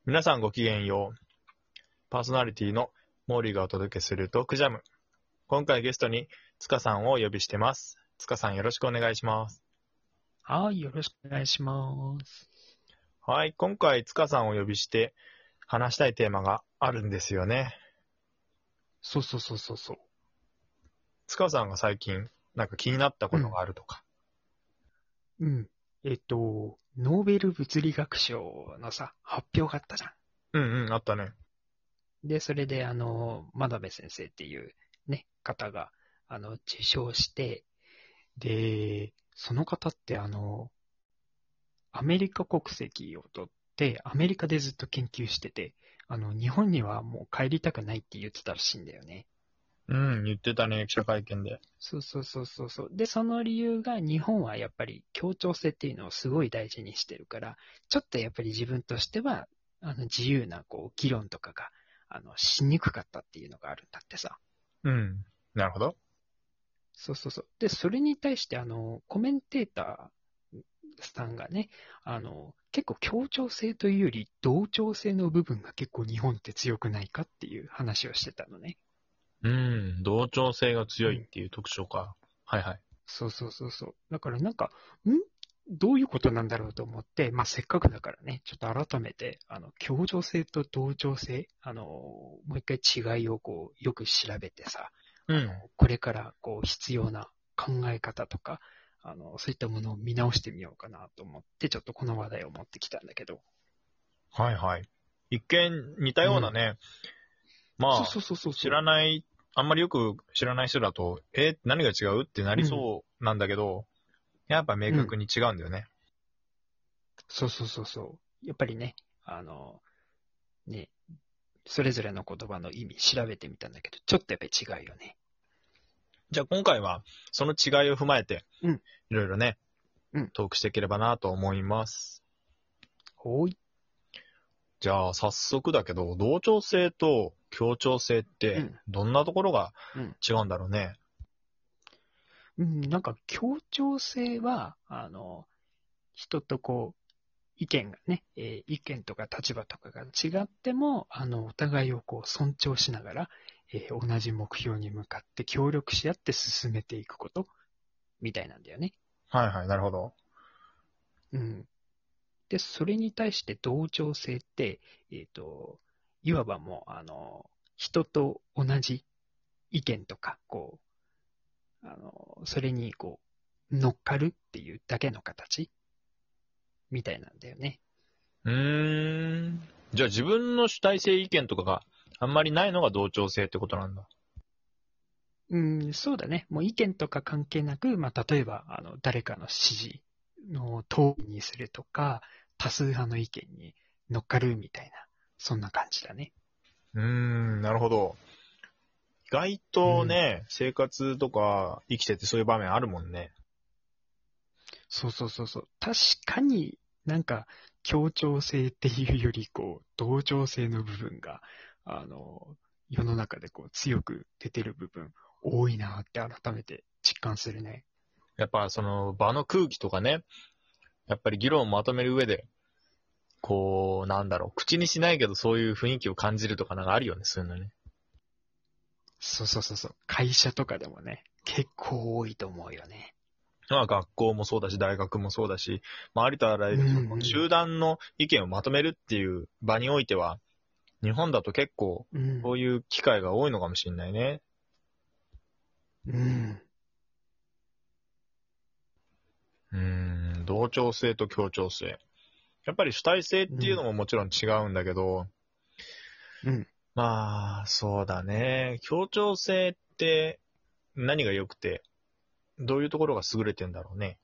皆さんごきげんよう。パーソナリティのモーリーがお届けするトークジャム。今回ゲストに塚さんをお呼びしてます。塚さんよろしくお願いします。 はい、よろしくお願いします。 はい、今回塚さんをお呼びして話したいテーマがあるんですよね。 そう。 塚さんが最近なんか気になったことがあるとか。 うん。ノーベル物理学賞のさ、発表があったじゃん。 あったね。 で、それで、真鍋先生っていうね、方が、受賞して、で、その方って、アメリカ国籍を取って、アメリカでずっと研究してて、日本にはもう帰りたくないって言ってたらしいんだよね。 言ってたね、記者会見で。 そう。で、その理由が日本はやっぱり協調性っていうのをすごい大事にしてるから、ちょっとやっぱり自分としては、自由な議論とかが、しにくかったっていうのがあるんだってさ。 なるほど。 で、それに対して、コメンテーターさんがね、結構協調性というより同調性の部分が結構日本って強くないかっていう話をしてたのね。 同調性が強いっうん。 ていう特徴か。はいはい。 そう。だからなんか、どういうことなんだろうと思って、まあ、せっかくだからね、ちょっと改めて、協調性と同調性、もう一回違いをよく調べてさ、 うん。 これから必要な考え方とか、そういったものを見直してみようかなと思って、ちょっとこの話題を持ってきたんだけど。 はいはい。一見似たうん。 ようなね、まあ、知そう。 らない、あんまりよく知らない人だと、何が違うってなりうん。 そうなんだけど、やっぱ明うん。 確に違うんだよね。 そう。やっぱりね、ね、それぞれの言葉の意味調べてみたんだけど、ちょっとやっぱり違うよね。 じゃあ今回は、その違いを踏まえて、 うん。 いろいろね、 うん。 トークしていければなと思います。 ほーい。 じゃあ早速だけど、同調性と協調性ってうん。 どんなところがうん。 違うんだろうね。 なんか協調性は、人と意見がね、意見とか立場とかが違っても、お互いを尊重しながら、同じ目標に向かって協力し合って進めていくこと、みたいなんだよね。 はいはい、なるほど。 うん。で、それに対して同調性って、いわばもう、人と同じ意見とか、それに乗っかるっていうだけの形みたいなんだよね。 うーん。じゃあ自分の主体性意見とかがあんまりないのが同調性ってことなんだ。 そうだね。もう意見とか関係なく、まあ、例えば、誰かの指示の通りにするとか、多数派の意見に乗っかるみたいな、そんな感じだね。 なるほど。意外うん。 とね、生活とか生きててそういう場面あるもんね。 そう。確かになんか、協調性っていうより、同調性の部分が、あの、世の中で強く出てる部分、多いなって改めて実感するね。 やっぱその場の空気とかね、やっぱり議論をまとめる上で、口にしないけどそういう雰囲気を感じるとかなんかあるよね、そういうのね。 そう。会社とかでもね、結構多いと思うよね。 まあ学校もそうだし、大学もそうだし、まあありとあらゆうんるそのうん。 集団の意見をまとめるっていう場においては、日本だと結構、 うん。 そういう機会が多いのかもしれないね。 うん。 同調性と協調性。やっぱり主体性っていうのうん。 ももちろん違うんだけど、 うん。 まあ、そうだね。協調性って何が良くて、どういうところが優れてんだろうね。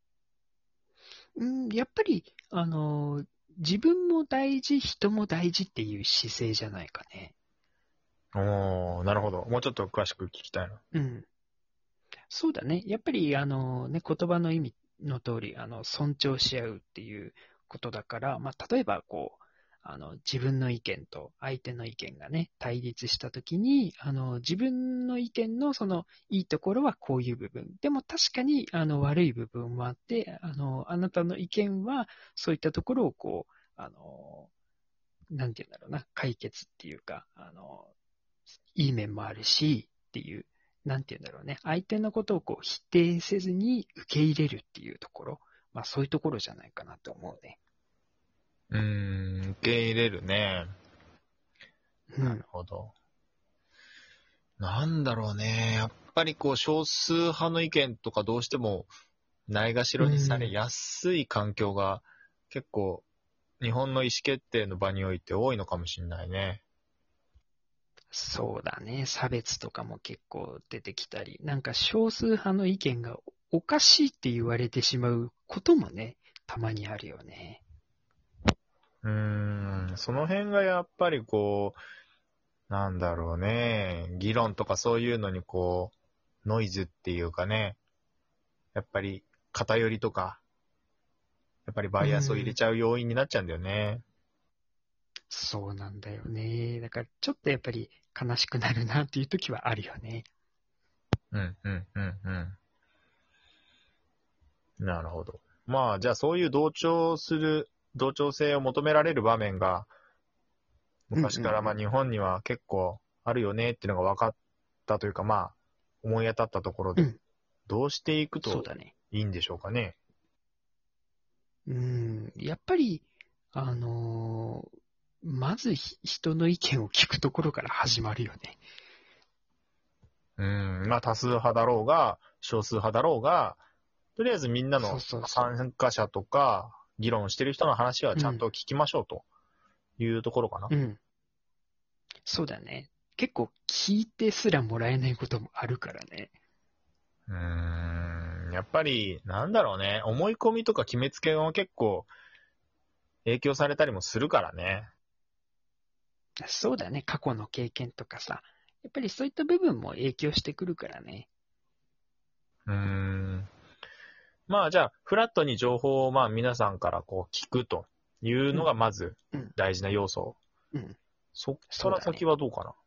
やっぱり、自分も大事、人も大事っていう姿勢じゃないかね。 おー、なるほど。もうちょっと詳しく聞きたいな。 うん。そうだね。やっぱり、言葉の意味の通り、尊重し合うっていうことだから、まあ、例えば、自分の意見と相手の意見がね、対立したときに、自分の意見のそのいいところはこういう部分。でも確かに、悪い部分もあって、あなたの意見は、そういったところをなんて言うんだろうな、解決っていうか、いい面もあるし、っていう、なんて言うんだろうね、相手のことをこう否定せずに受け入れるっていうところ、まあそういうところじゃないかなと思うね。 受け入れるね。なるうん。 ほど。なんだろうね。やっぱりこう、少数派の意見とかどうしてもないがしろにされやすい環境が結構日本の意思決定の場において多いのかもしれないね。 そうだね。差別とかも結構出てきたり、なんか少数派の意見がおかしいって言われてしまうこともね、たまにあるよね。 その辺がやっぱりこう、なんだろうね。議論とかそういうのにこう、ノイズっていうかね。やっぱり偏りとか、やっぱりバイアスを入れちゃう要因になっちゃうんだよね。 そうなんだよね。だからちょっとやっぱり悲しくなるなっていう時はあるよね。 うんうんうんうん。なるほど。まあ、じゃあそういう同調性を求められる場面が、昔からまあ日本には結構あるよねっていうのが分かったというか、まあ、思い当たったところで、 うん。 どうしていくとそうだね。 いいんでしょうかね。 やっぱり、あのーまず人の意見を聞くところから始まるよね。 まあ多数派だろうが、少数派だろうが、とりあえずみんなそうのそうそう。 参加者とか、議論してる人の話はちゃんと聞きましょうというところかな。 うん。そうだね。結構聞いてすらもらえないこともあるからね。 やっぱり、なんだろうね、思い込みとか決めつけが結構影響されたりもするからね。 そうだね。過去の経験とかさ。やっぱりそういった部分も影響してくるからね。 うーん。まあじゃあ、フラットに情報をまあ皆さんからこう聞くといううん。 のがまずうん。 大事な要素。 うん。 そっから先そうだね。 はどうかな。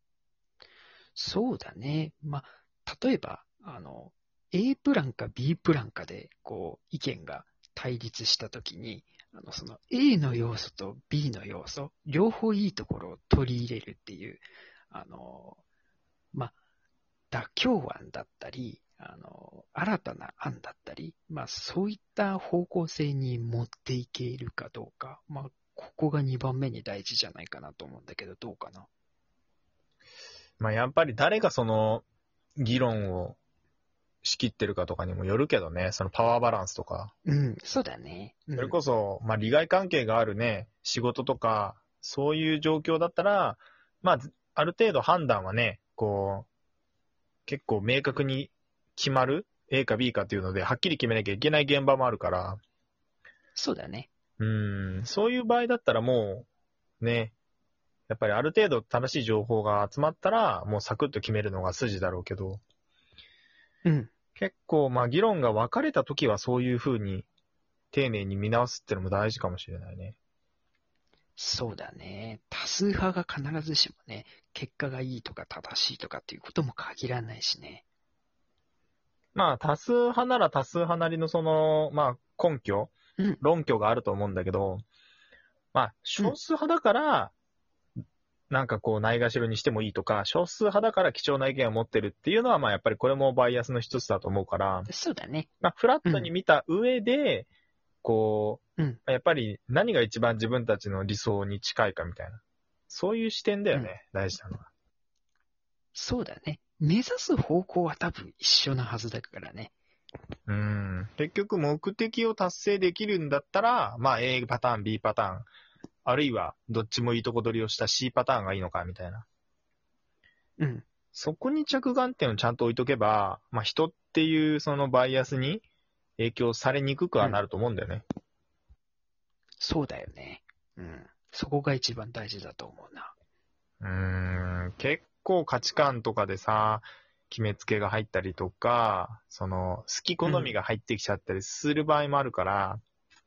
そうだね。まあ、例えば、A プランか B プランかで、こう、意見が対立したときに、その A の要素と B の要素、両方いいところを取り入れるっていう、あの、まあ、妥協案だったり、新たな案だったり、まあ、そういった方向性に持っていけるかどうか、まあ、ここが2番目に大事じゃないかなと思うんだけど、どうかな。 まあやっぱり誰がその議論を仕切ってるかとかにもよるけどね、そのパワーバランスとか。 うん、そうだね。うそれん、 こそ、まあ利害関係があるね、仕事とか、そういう状況だったら、まあ、ある程度判断はね、こう、結構明確に決まる A か B かっていうので、はっきり決めなきゃいけない現場もあるから、 そうだね。 そういう場合だったらもう、ね、やっぱりある程度正しい情報が集まったら、もうサクッと決めるのが筋だろうけど、 うん。 結構、まあ議論が分かれた時はそういうふうに丁寧に見直すってのも大事かもしれないね。 そうだね。多数派が必ずしもね、結果がいいとか正しいとかっていうことも限らないしね。 まあ多数派なら多数派なりのその、まあ根拠、 うん、 論拠があると思うんだけど、まあうん。 少数派だから、なんかこうないがしろにしてもいいとか、少数派だから貴重な意見を持ってるっていうのは、まあやっぱりこれもバイアスの一つだと思うから、 そうだね。 まあフラッうん、 トに見た上で、こうん、 う、やっぱり何が一番自分たちの理想に近いかみたいな。そういう視点だうん。 よね、大事なのは。 そうだね。目指す方向は多分一緒なはずだからね。 結局目的を達成できるんだったら、まあ A パターン、B パターン、あるいはどっちもいいとこ取りをした C パターンがいいのかみたいな。 うん。 そこに着眼点をちゃんと置いとけば、まあ人っていうそのバイアスに影響されにくくうん。 はなると思うんだよね。 そうだよね。うん。そこが一番大事だと思うな。 結構価値観とかでさ、決めつけが入ったりとか、その好き好みうん。 が入ってきちゃったりする場合もあるから、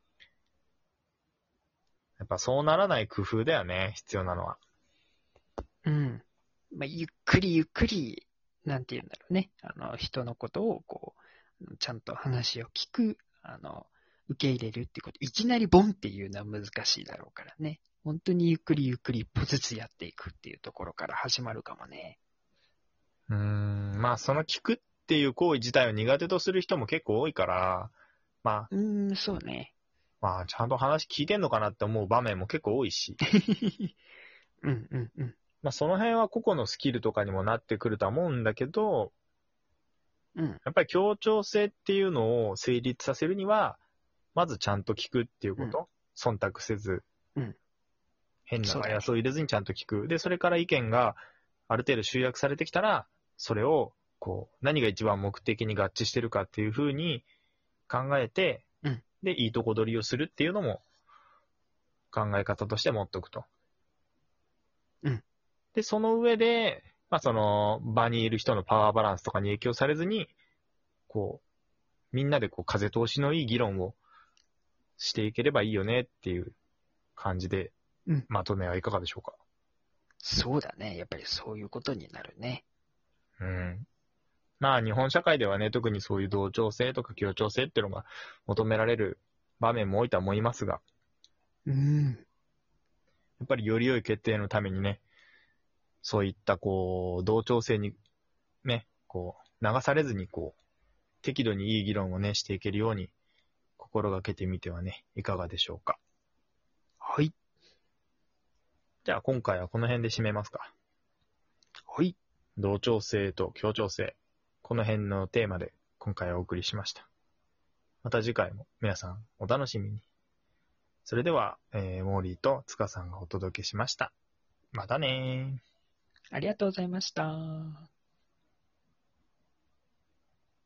やっぱそうならない工夫だよね、必要なのは。 うん。まあ、ゆっくりゆっくり、なんて言うんだろうね。人のことを、こう、ちゃんと話を聞く、受け入れるってこと。いきなりボンっていうのは難しいだろうからね。 本当にゆっくりゆっくり一歩ずつやっていくっていうところから始まるかもね。 まあその聞くっていう行為自体を苦手とする人も結構多いから、まあ、 そうね。 まあちゃんと話聞いてんのかなって思う場面も結構多いし、 うんうんうん。 まあその辺は個々のスキルとかにもなってくるとは思うんだけど、 うん。 やっぱり協調性っていうのを成立させるには、まずちゃんと聞くっていうこと、忖度せず、 うん変なそうだねバイアスを入れずにちゃんと聞く。で、それから意見がある程度集約されてきたら、それを、こう、何が一番目的に合致してるかっていうふうに考えて、 うんで、いいとこ取りをするっていうのも考え方として持っとくと。 うんで、その上で、まあ、その場にいる人のパワーバランスとかに影響されずに、こう、みんなでこう風通しのいい議論をしていければいいよねっていう感じで、 うんまとめはいかがでしょうか。 そうだね。やっぱりそういうことになるね。 うん。まあ日本社会ではね、特にそういう同調性とか協調性っていうのが求められる場面も多いとは思いますが、 うん。 やっぱりより良い決定のためにね、そういったこう、同調性にね、こう、流されずにこう、適度にいい議論をね、していけるように心がけてみてはね、いかがでしょうか。 はい。 じゃあ今回はこの辺で締めますか。 はい。 同調性と協調性。この辺のテーマで今回はお送りしました。また次回も皆さんお楽しみに。それでは、モーリーと塚さんがお届けしました。またねー。 ありがとうございました。